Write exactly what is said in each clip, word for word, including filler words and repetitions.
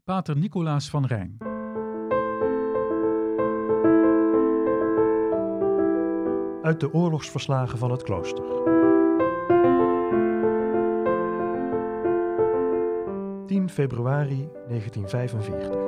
Pater Nicolaas van Rijn. Uit de oorlogsverslagen van het klooster. tien februari negentien vijfenveertig.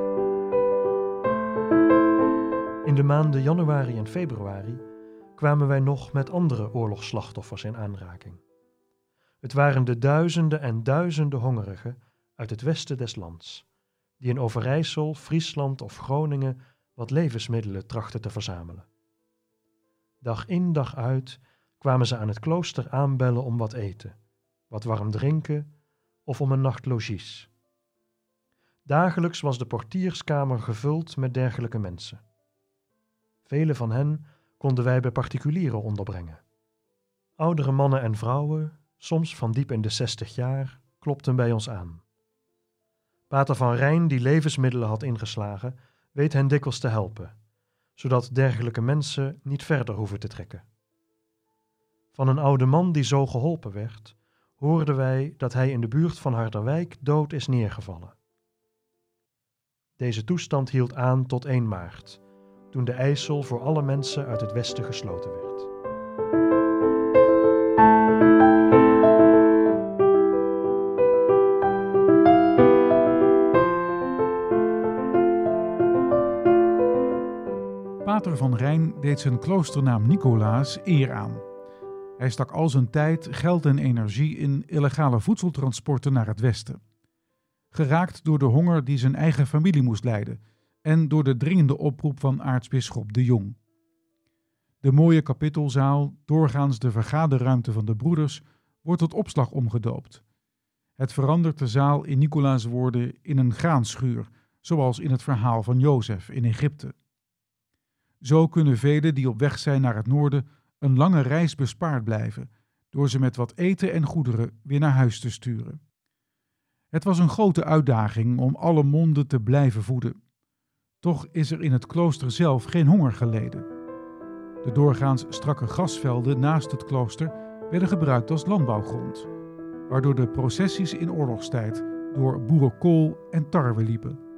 In de maanden januari en februari kwamen wij nog met andere oorlogsslachtoffers in aanraking. Het waren de duizenden en duizenden hongerigen uit het westen des lands, die in Overijssel, Friesland of Groningen wat levensmiddelen trachten te verzamelen. Dag in dag uit kwamen ze aan het klooster aanbellen om wat eten, wat warm drinken of om een nacht logies. Dagelijks was de portierskamer gevuld met dergelijke mensen. Vele van hen konden wij bij particulieren onderbrengen. Oudere mannen en vrouwen, soms van diep in de zestig jaar, klopten bij ons aan. Pater van Rijn, die levensmiddelen had ingeslagen, weet hen dikwijls te helpen, zodat dergelijke mensen niet verder hoeven te trekken. Van een oude man die zo geholpen werd, hoorden wij dat hij in de buurt van Harderwijk dood is neergevallen. Deze toestand hield aan tot één maart, toen de IJssel voor alle mensen uit het westen gesloten werd. Pater van Rijn deed zijn kloosternaam Nicolaas eer aan. Hij stak al zijn tijd, geld en energie in illegale voedseltransporten naar het westen. Geraakt door de honger die zijn eigen familie moest lijden en door de dringende oproep van aartsbisschop de Jong. De mooie kapittelzaal, doorgaans de vergaderruimte van de broeders, wordt tot opslag omgedoopt. Het verandert de zaal in Nicolaas' woorden in een graanschuur, zoals in het verhaal van Jozef in Egypte. Zo kunnen velen die op weg zijn naar het noorden een lange reis bespaard blijven, door ze met wat eten en goederen weer naar huis te sturen. Het was een grote uitdaging om alle monden te blijven voeden. Toch is er in het klooster zelf geen honger geleden. De doorgaans strakke grasvelden naast het klooster werden gebruikt als landbouwgrond, waardoor de processies in oorlogstijd door boerenkool en tarwe liepen.